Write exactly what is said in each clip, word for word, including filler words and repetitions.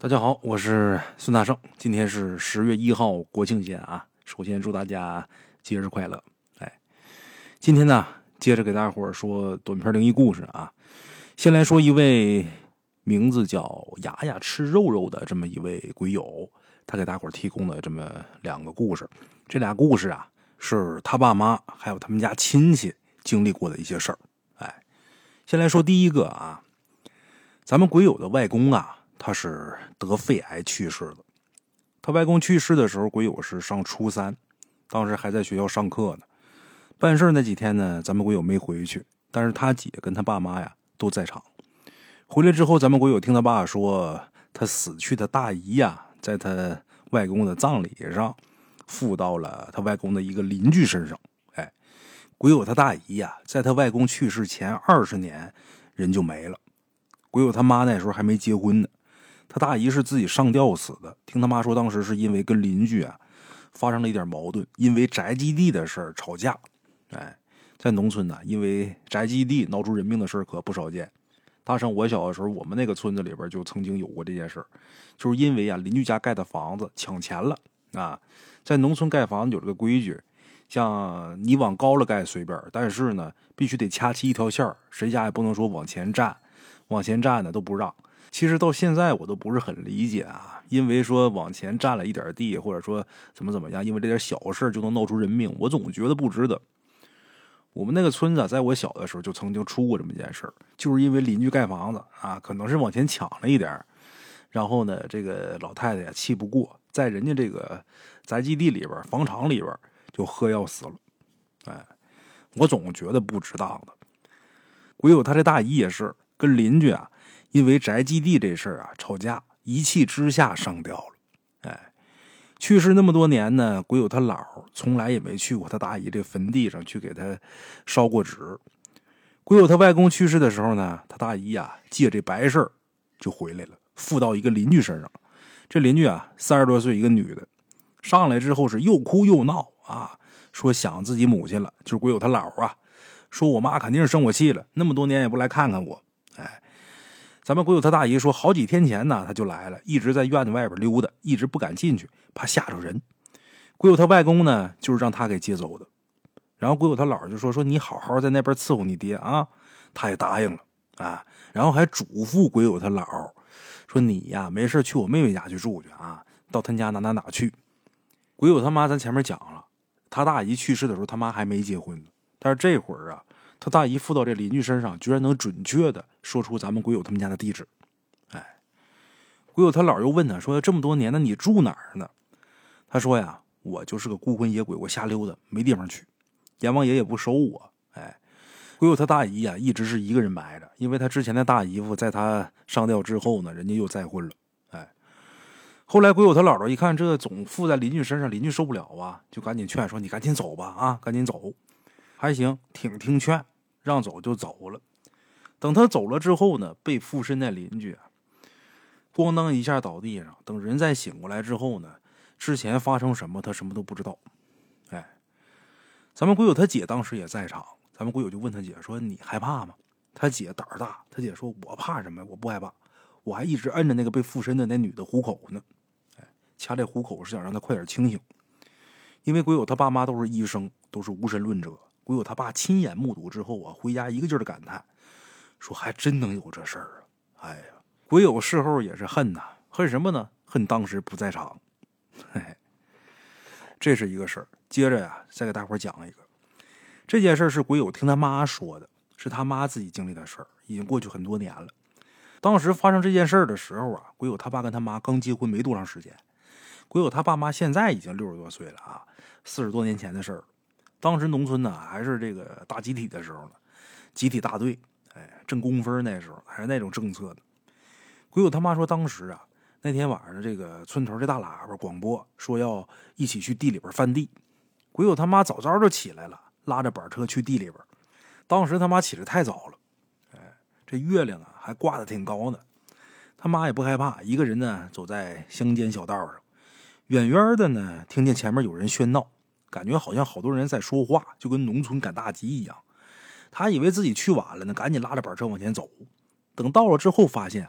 大家好，我是孙大圣。今天是十月一号，国庆节啊！首先祝大家节日快乐。哎，今天呢，接着给大伙儿说短篇灵异故事啊。先来说一位名字叫雅雅吃肉肉的这么一位鬼友，他给大伙儿提供了这么两个故事。这俩故事啊，是他爸妈还有他们家亲戚经历过的一些事儿。哎，先来说第一个啊，咱们鬼友的外公啊。他是得肺癌去世的。他外公去世的时候，鬼友是上初三，当时还在学校上课呢。办事那几天呢，咱们鬼友没回去，但是他姐跟他爸妈呀都在场。回来之后，咱们鬼友听他爸说，他死去的大姨呀，在他外公的葬礼上附到了他外公的一个邻居身上。哎，鬼友他大姨呀，在他外公去世前二十年人就没了。鬼友他妈那时候还没结婚呢。他大姨是自己上吊死的，听他妈说当时是因为跟邻居啊发生了一点矛盾，因为宅基地的事儿吵架。哎，在农村呢，因为宅基地闹出人命的事儿可不少见。大圣我小的时候，我们那个村子里边就曾经有过这件事儿，就是因为啊邻居家盖的房子抢钱了啊。在农村盖房子有这个规矩，像你往高了盖随便，但是呢必须得掐起一条线，谁家也不能说往前站，往前站的都不让。其实到现在我都不是很理解啊，因为说往前占了一点地，或者说怎么怎么样，因为这点小事就能闹出人命，我总觉得不值得。我们那个村子在我小的时候就曾经出过这么一件事，就是因为邻居盖房子啊，可能是往前抢了一点，然后呢，这个老太太呀气不过，在人家这个宅基地里边、房场里边就喝药死了。哎，我总觉得不值当的。鬼友他这大姨也是跟邻居啊。因为宅基地这事儿啊吵架，一气之下上吊了。哎，去世那么多年呢，鬼友他姥从来也没去过他大姨这坟地上去给他烧过纸。鬼友他外公去世的时候呢，他大姨啊借这白事儿就回来了，附到一个邻居身上。这邻居啊三十多岁一个女的，上来之后是又哭又闹啊，说想自己母亲了，就是鬼友他姥啊，说我妈肯定是生我气了，那么多年也不来看看我。哎。咱们鬼友他大姨说，好几天前呢，他就来了，一直在院子外边溜达，一直不敢进去，怕吓着人。鬼友他外公呢，就是让他给接走的。然后鬼友他姥就说：“说你好好在那边伺候你爹啊。”他也答应了啊，然后还嘱咐鬼友他姥说：“你呀，没事去我妹妹家去住去啊，到他家哪哪哪去。”鬼友他妈咱前面讲了，他大姨去世的时候，他妈还没结婚呢，但是这会儿啊。他大姨附到这邻居身上，居然能准确的说出咱们鬼友他们家的地址。哎，鬼友他姥又问他说：“这么多年呢，你住哪儿呢？”他说呀：“我就是个孤魂野鬼，我瞎溜达，没地方去。阎王爷也不收我。”哎，鬼友他大姨呀，一直是一个人埋着，因为他之前的大姨夫在他上吊之后呢，人家又再婚了。哎，后来鬼友他姥姥一看这总附在邻居身上，邻居受不了啊，就赶紧劝说：“你赶紧走吧，啊，赶紧走。”还行，挺听劝。让走就走了。等他走了之后呢，被附身那邻居啊，咣当一下倒地上。等人再醒过来之后呢，之前发生什么他什么都不知道。哎，咱们鬼友他姐当时也在场，咱们鬼友就问他姐说：“你害怕吗？”他姐胆儿大，他姐说：“我怕什么？我不害怕，我还一直摁着那个被附身的那女的虎口呢。哎，掐这虎口是想让他快点清醒，因为鬼友他爸妈都是医生，都是无神论者。”鬼友他爸亲眼目睹之后啊，回家一个劲儿的感叹，说还真能有这事儿啊！哎呀，鬼友事后也是恨呐，恨什么呢？恨当时不在场。嘿嘿，这是一个事儿。接着呀，再给大伙儿讲一个，这件事是鬼友听他妈说的，是他妈自己经历的事儿，已经过去很多年了。当时发生这件事儿的时候啊，鬼友他爸跟他妈刚结婚没多长时间，鬼友他爸妈现在已经六十多岁了啊，四十多年前的事儿。当时农村呢还是这个大集体的时候呢，集体大队，哎，挣工分那时候还是那种政策的。鬼友他妈说，当时啊那天晚上这个村头这大喇叭广播说要一起去地里边翻地。鬼友他妈早早就起来了，拉着板车去地里边。当时他妈起得太早了，哎，这月亮啊还挂得挺高呢。他妈也不害怕，一个人呢走在乡间小道上，远远的呢听见前面有人喧闹。感觉好像好多人在说话，就跟农村赶大集一样。他以为自己去晚了呢，赶紧拉着板车往前走。等到了之后，发现啊，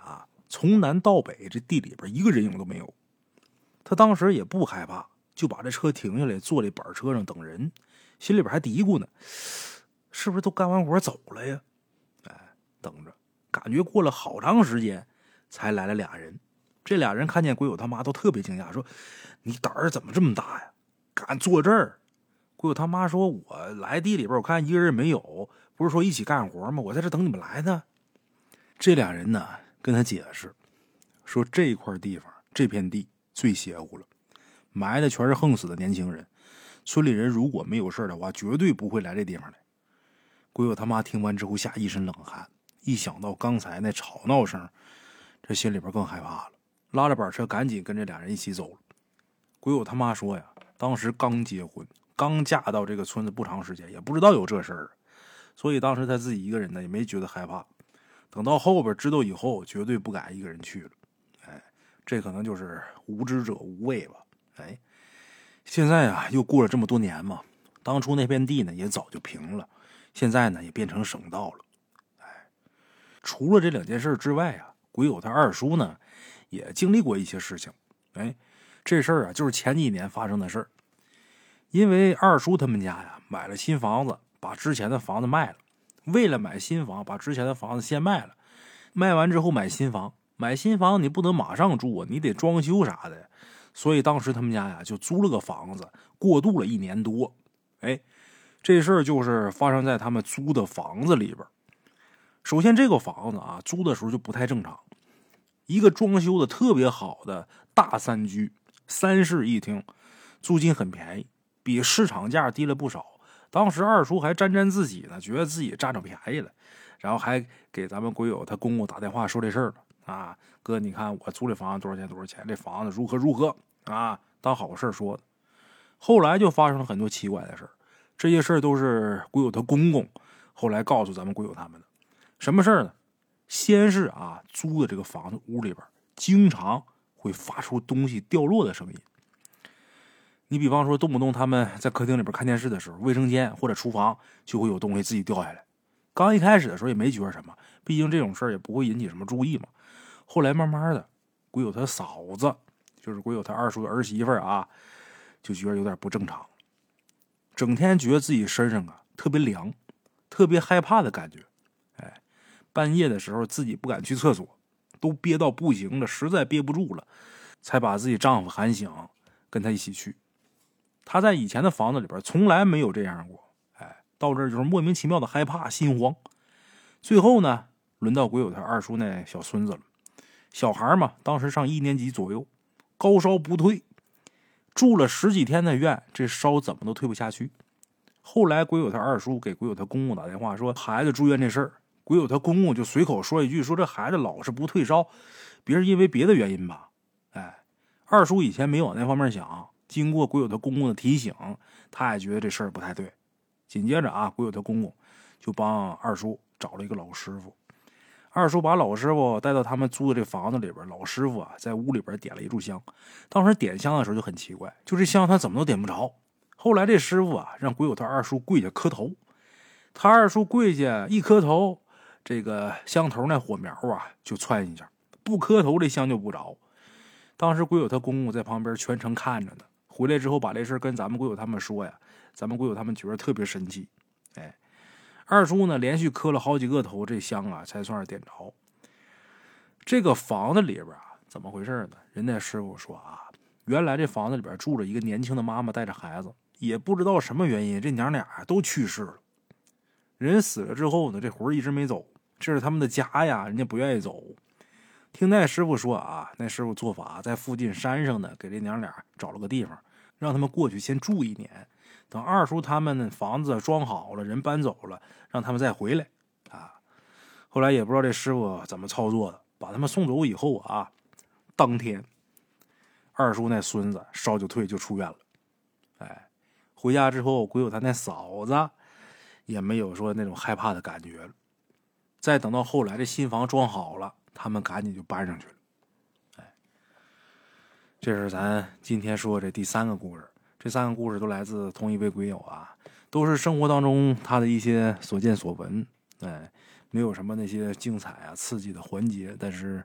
从南到北这地里边一个人影都没有。他当时也不害怕，就把这车停下来，坐在板车上等人，心里边还嘀咕呢，是不是都干完活走了呀？哎，等着，感觉过了好长时间才来了俩人。这俩人看见鬼友他妈都特别惊讶，说你胆儿怎么这么大呀，敢坐这儿？鬼友他妈说，我来地里边我看一个人没有，不是说一起干活吗？我在这等你们来呢。这俩人呢跟他解释说，这块地方这片地最邪乎了，埋的全是横死的年轻人，村里人如果没有事的话绝对不会来这地方来。鬼友他妈听完之后下一身冷汗，一想到刚才那吵闹声，这心里边更害怕了，拉着板车赶紧跟这俩人一起走了。鬼友他妈说呀，当时刚结婚，刚嫁到这个村子不长时间，也不知道有这事儿，所以当时他自己一个人呢也没觉得害怕，等到后边知道以后绝对不敢一个人去了。哎，这可能就是无知者无畏吧。哎，现在啊又过了这么多年嘛，当初那片地呢也早就平了，现在呢也变成省道了。哎，除了这两件事之外啊，鬼友他二叔呢也经历过一些事情。哎，这事儿啊就是前几年发生的事儿。因为二叔他们家呀买了新房子，把之前的房子卖了，为了买新房把之前的房子先卖了，卖完之后买新房，买新房你不能马上住啊，你得装修啥的，所以当时他们家呀就租了个房子，过渡了一年多。哎，这事儿就是发生在他们租的房子里边。首先这个房子啊租的时候就不太正常，一个装修的特别好的大三居，三室一厅，租金很便宜，比市场价低了不少。当时二叔还沾沾自喜呢，觉得自己占着便宜了，然后还给咱们鬼友他公公打电话说这事儿了啊，哥你看我租这房子多少钱多少钱，这房子如何如何啊，当好事说的。后来就发生了很多奇怪的事儿，这些事儿都是鬼友他公公后来告诉咱们鬼友他们的。什么事儿呢？先是啊租的这个房子屋里边经常会发出东西掉落的声音。你比方说动不动他们在客厅里边看电视的时候，卫生间或者厨房就会有东西自己掉下来。刚一开始的时候也没觉得什么，毕竟这种事儿也不会引起什么注意嘛。后来慢慢的，鬼友他嫂子，就是鬼友他二叔的儿媳妇啊，就觉得有点不正常，整天觉得自己身上啊特别凉，特别害怕的感觉。哎，半夜的时候自己不敢去厕所，都憋到不行了，实在憋不住了，才把自己丈夫喊醒，跟他一起去。他在以前的房子里边从来没有这样过，哎，到这儿就是莫名其妙的害怕心慌。最后呢，轮到鬼友他二叔那小孙子了，小孩嘛，当时上一年级左右，高烧不退，住了十几天的院，这烧怎么都退不下去。后来鬼友他二叔给鬼友他公公打电话说孩子住院这事儿，鬼友他公公就随口说一句，说这孩子老是不退烧，别是因为别的原因吧。哎，二叔以前没往那方面想，经过鬼友他公公的提醒，他也觉得这事儿不太对。紧接着啊，鬼友他公公就帮二叔找了一个老师傅。二叔把老师傅带到他们租的这房子里边，老师傅啊在屋里边点了一炷香。当时点香的时候就很奇怪，就这香他怎么都点不着。后来这师傅啊让鬼友他二叔跪下磕头，他二叔跪下一磕头，这个香头那火苗啊就窜一下，不磕头这香就不着。当时鬼友他公公在旁边全程看着呢，回来之后把这事跟咱们鬼友他们说呀，咱们鬼友他们觉得特别神奇。哎，二叔呢连续磕了好几个头，这香啊才算是点着。这个房子里边啊怎么回事呢？人家师傅说啊，原来这房子里边住着一个年轻的妈妈带着孩子，也不知道什么原因，这娘俩都去世了。人死了之后呢，这魂一直没走，这是他们的家呀，人家不愿意走。听那师傅说啊，那师傅做法在附近山上呢，给这娘俩找了个地方，让他们过去先住一年，等二叔他们房子装好了，人搬走了，让他们再回来啊。后来也不知道这师傅怎么操作的，把他们送走以后啊，当天二叔那孙子烧就退就出院了。哎，回家之后鬼友他那嫂子也没有说那种害怕的感觉了。再等到后来这新房装好了，他们赶紧就搬上去了。哎，这是咱今天说这第三个故事。这三个故事都来自同一位鬼友啊，都是生活当中他的一些所见所闻。哎，没有什么那些精彩啊刺激的环节，但是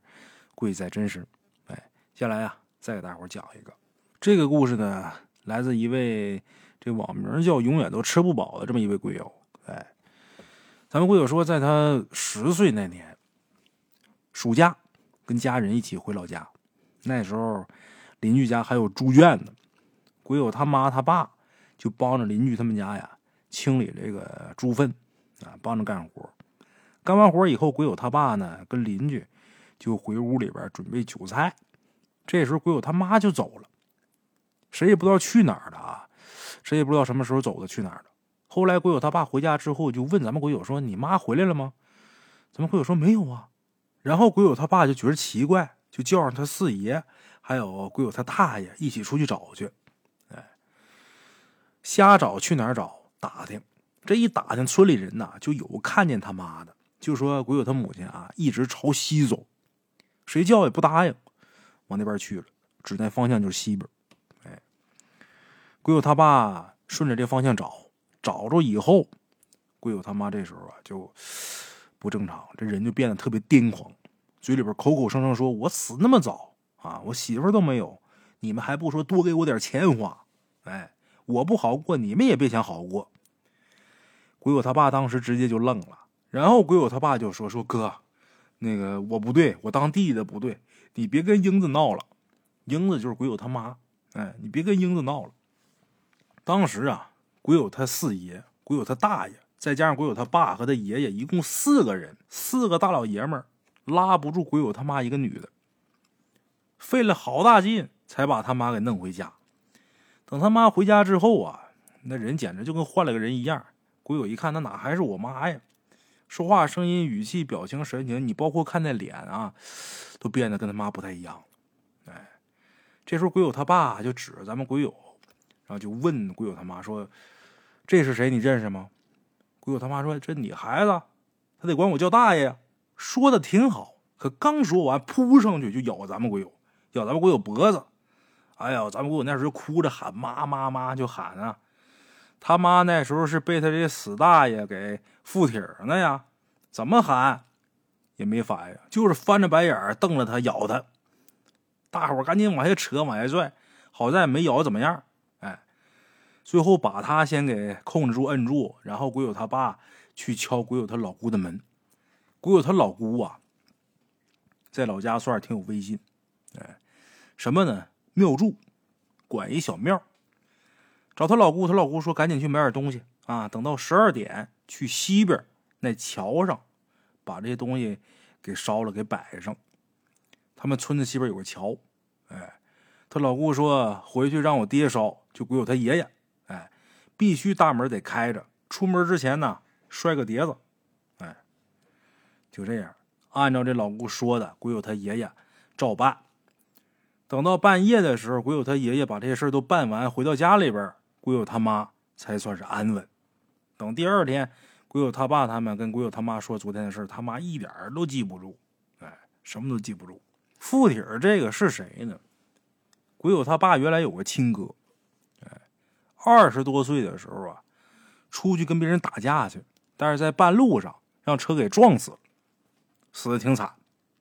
贵在真实。哎，接下来啊，再给大伙讲一个这个故事呢，来自一位这网名叫永远都吃不饱的这么一位龟友。哎，咱们龟友说，在他十岁那年，暑假跟家人一起回老家，那时候邻居家还有猪圈呢，龟友他妈他爸就帮着邻居他们家呀清理这个猪粪啊，帮着干活。干完活以后，鬼友他爸呢跟邻居就回屋里边准备酒菜。这时候鬼友他妈就走了，谁也不知道去哪儿了啊，谁也不知道什么时候走的去哪儿了。后来鬼友他爸回家之后就问咱们鬼友说：“你妈回来了吗？”咱们鬼友说：“没有啊。”然后鬼友他爸就觉得奇怪，就叫上他四爷还有鬼友他大爷一起出去找去。哎，瞎找去哪儿找？打听。这一打听，村里人呐、啊、就有看见他妈的，就说鬼友他母亲啊一直朝西走，谁叫也不答应，往那边去了，指那方向就是西边。哎，鬼友他爸顺着这方向找，找着以后，鬼友他妈这时候啊就不正常，这人就变得特别癫狂，嘴里边口口声声说：“我死那么早啊，我媳妇都没有，你们还不说多给我点钱花？哎，我不好过，你们也别想好过。”鬼友他爸当时直接就愣了，然后鬼友他爸就说：“说哥，那个我不对，我当弟弟的不对，你别跟英子闹了。”英子就是鬼友他妈，哎，你别跟英子闹了。当时啊，鬼友他四爷、鬼友他大爷，再加上鬼友他爸和他爷爷，一共四个人，四个大老爷们儿拉不住鬼友他妈一个女的，费了好大劲才把他妈给弄回家。等他妈回家之后啊，那人简直就跟换了个人一样。鬼友一看，那哪还是我妈呀？说话声音、语气、表情、神情，你包括看那脸啊，都变得跟他妈不太一样。哎，这时候鬼友他爸就指着咱们鬼友，然后就问鬼友他妈说：“这是谁？你认识吗？”鬼友他妈说：“这你孩子，他得管我叫大爷呀。”说的挺好，可刚说完，扑上去就咬咱们鬼友，咬咱们鬼友脖子。哎呀，咱们鬼友那时候就哭着喊妈妈妈，就喊啊。他妈那时候是被他这死大爷给附体呢呀，怎么喊也没反应，就是翻着白眼瞪着他，咬他。大伙儿赶紧往下扯，往下拽，好在没咬怎么样。哎，最后把他先给控制住、摁住，然后鬼友他爸去敲鬼友他老姑的门。鬼友他老姑啊，在老家算是挺有威信，哎，什么呢？庙祝，管一小庙。找他老姑，他老姑说赶紧去买点东西啊，等到十二点去西边那桥上把这些东西给烧了，给摆上。他们村子西边有个桥，哎，他老姑说回去让我爹烧，就鬼友他爷爷，哎，必须大门得开着，出门之前呢摔个碟子，哎，就这样，按照这老姑说的，鬼友他爷爷照办。等到半夜的时候，鬼友他爷爷把这些事都办完，回到家里边，鬼友他妈才算是安稳。等第二天，鬼友他爸他们跟鬼友他妈说昨天的事，他妈一点都记不住，哎，什么都记不住。附体这个是谁呢？鬼友他爸原来有个亲哥，哎，二十多岁的时候啊，出去跟别人打架去，但是在半路上让车给撞死了，死的挺惨。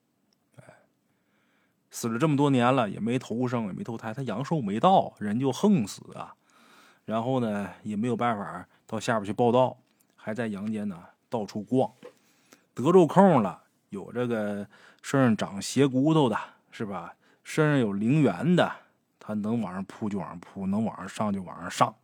死了这么多年了，也没投生，也没投胎，他阳寿没到，人就横死啊。然后呢，也没有办法到下边去报道，还在阳间呢到处逛。得着空了，有这个身上长斜骨头的，是吧？身上有灵源的，他能往上扑就往上扑，能往上上就往上上。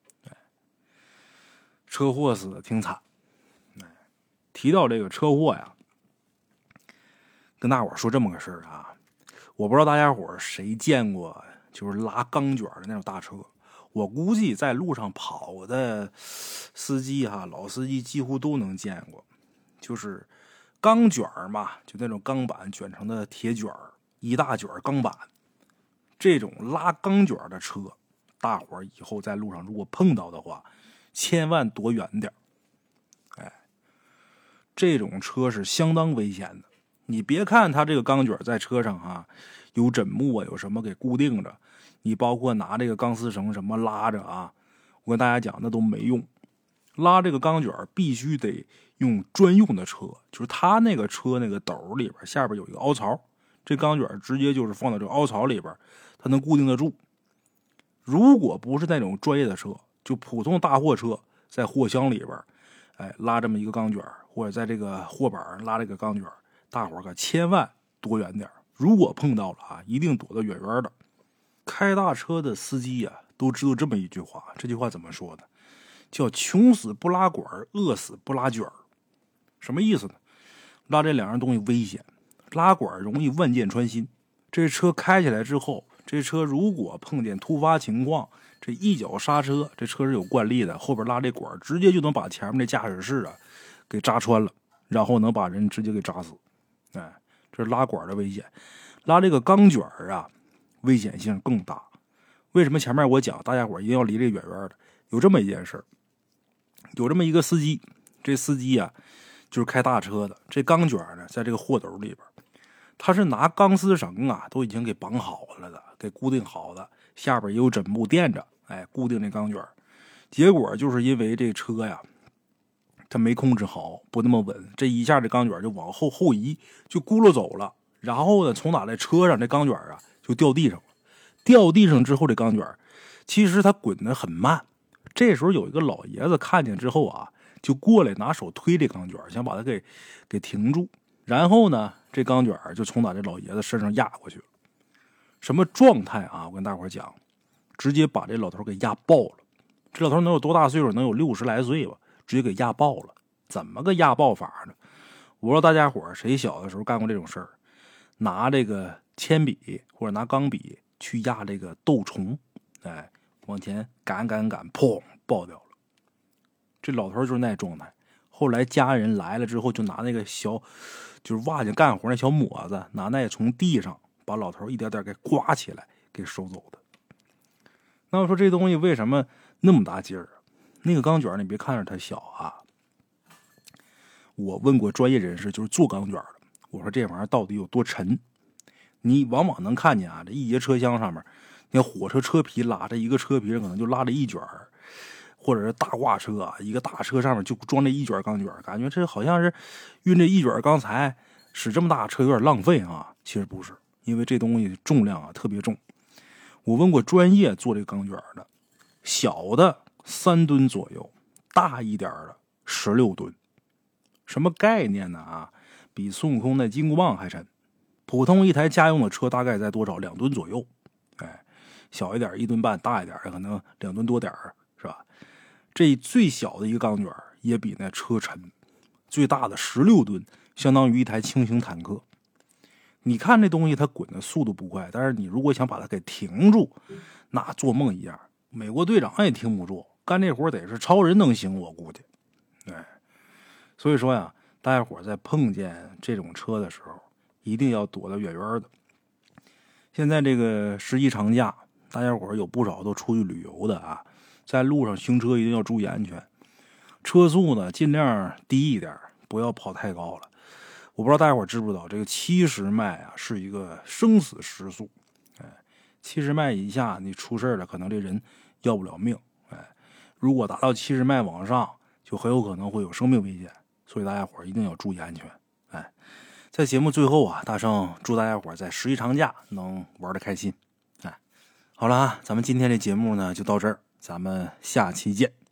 车祸死的挺惨。提到这个车祸呀，跟大伙说这么个事儿啊。我不知道大家伙谁见过就是拉钢卷的那种大车，我估计在路上跑的司机哈，老司机几乎都能见过。就是钢卷嘛，就那种钢板卷成的铁卷，一大卷钢板。这种拉钢卷的车，大伙以后在路上如果碰到的话，千万躲远点。哎，这种车是相当危险的。你别看它这个钢卷在车上啊，有枕木啊，有什么给固定着，你包括拿这个钢丝绳什么拉着啊，我跟大家讲那都没用。拉这个钢卷必须得用专用的车，就是它那个车那个斗里边下边有一个凹槽， 这钢卷直接就是放到这个凹槽里边，它能固定得住。如果不是那种专业的车，就普通大货车，在货箱里边，哎，拉这么一个钢卷，或者在这个货板上拉这个钢卷，大伙儿可千万躲远点。如果碰到了啊，一定躲得远远的。开大车的司机啊，都知道这么一句话，这句话怎么说的？叫穷死不拉管，饿死不拉卷。什么意思呢？拉这两样东西危险，拉管容易万箭穿心。这车开起来之后，这车如果碰见突发情况，这一脚刹车，这车是有惯例的，后边拉这管直接就能把前面这驾驶室啊给扎穿了，然后能把人直接给扎死。哎，这是拉管的危险。拉这个钢卷啊，危险性更大。为什么前面我讲大家伙一定要离这远远的？有这么一件事，有这么一个司机，这司机啊就是开大车的，这钢卷呢在这个货斗里边，他是拿钢丝绳啊都已经给绑好了的，给固定好的，下边也有枕木垫着，哎，固定这钢卷。结果就是因为这车呀他没控制好，不那么稳，这一下这钢卷就往后后移，就轱辘走了。然后呢，从打在车上，这钢卷啊就掉地上了。掉地上之后，这钢卷其实它滚得很慢。这时候有一个老爷子看见之后啊，就过来拿手推这钢卷，想把它给给停住。然后呢，这钢卷就从打这老爷子身上压过去了。什么状态啊？我跟大伙讲，直接把这老头给压爆了。这老头能有多大岁数？能有六十来岁吧，直接给压爆了。怎么个压爆法呢？我不知道大家伙谁小的时候干过这种事儿。拿这个铅笔或者拿钢笔去压这个豆虫，哎，往前赶赶赶，砰，爆掉了。这老头就是那状态。后来家人来了之后，就拿那个小，就是挖井干活那小抹子，拿那从地上把老头一点点给刮起来，给收走的。那我说这东西为什么那么大劲儿啊？那个钢卷你别看着它小啊，我问过专业人士，就是做钢卷的。我说这玩意儿到底有多沉？你往往能看见啊，这一节车厢上面，你看火车车皮拉着一个车皮上可能就拉着一卷，或者是大挂车啊，一个大车上面就装这一卷钢卷，感觉这好像是运这一卷钢材使这么大车有点浪费啊。其实不是，因为这东西重量啊特别重。我问过专业做这个钢卷的，小的三吨左右，大一点的十六吨。什么概念呢啊？比孙悟空那金箍棒还沉。普通一台家用的车大概在多少？两吨左右。哎，小一点一吨半，大一点可能两吨多点是吧？这最小的一个钢卷也比那车沉，最大的十六吨，相当于一台轻型坦克。你看这东西它滚的速度不快，但是你如果想把它给停住，那做梦一样。美国队长也停不住，干这活得是超人能行，我估计。哎，所以说呀，大家伙在碰见这种车的时候，一定要躲得远远的。现在这个十一长假，大家伙有不少都出去旅游的啊，在路上行车一定要注意安全，车速呢尽量低一点，不要跑太高了。我不知道大家伙知不知道，这个七十迈啊是一个生死时速，哎，七十迈以下你出事了，可能这人要不了命，哎，如果达到七十迈往上，就很有可能会有生命危险。所以大家伙一定要注意安全。哎，在节目最后啊，大圣祝大家伙在十一长假能玩得开心。哎，好了啊，咱们今天这节目呢就到这儿，咱们下期见。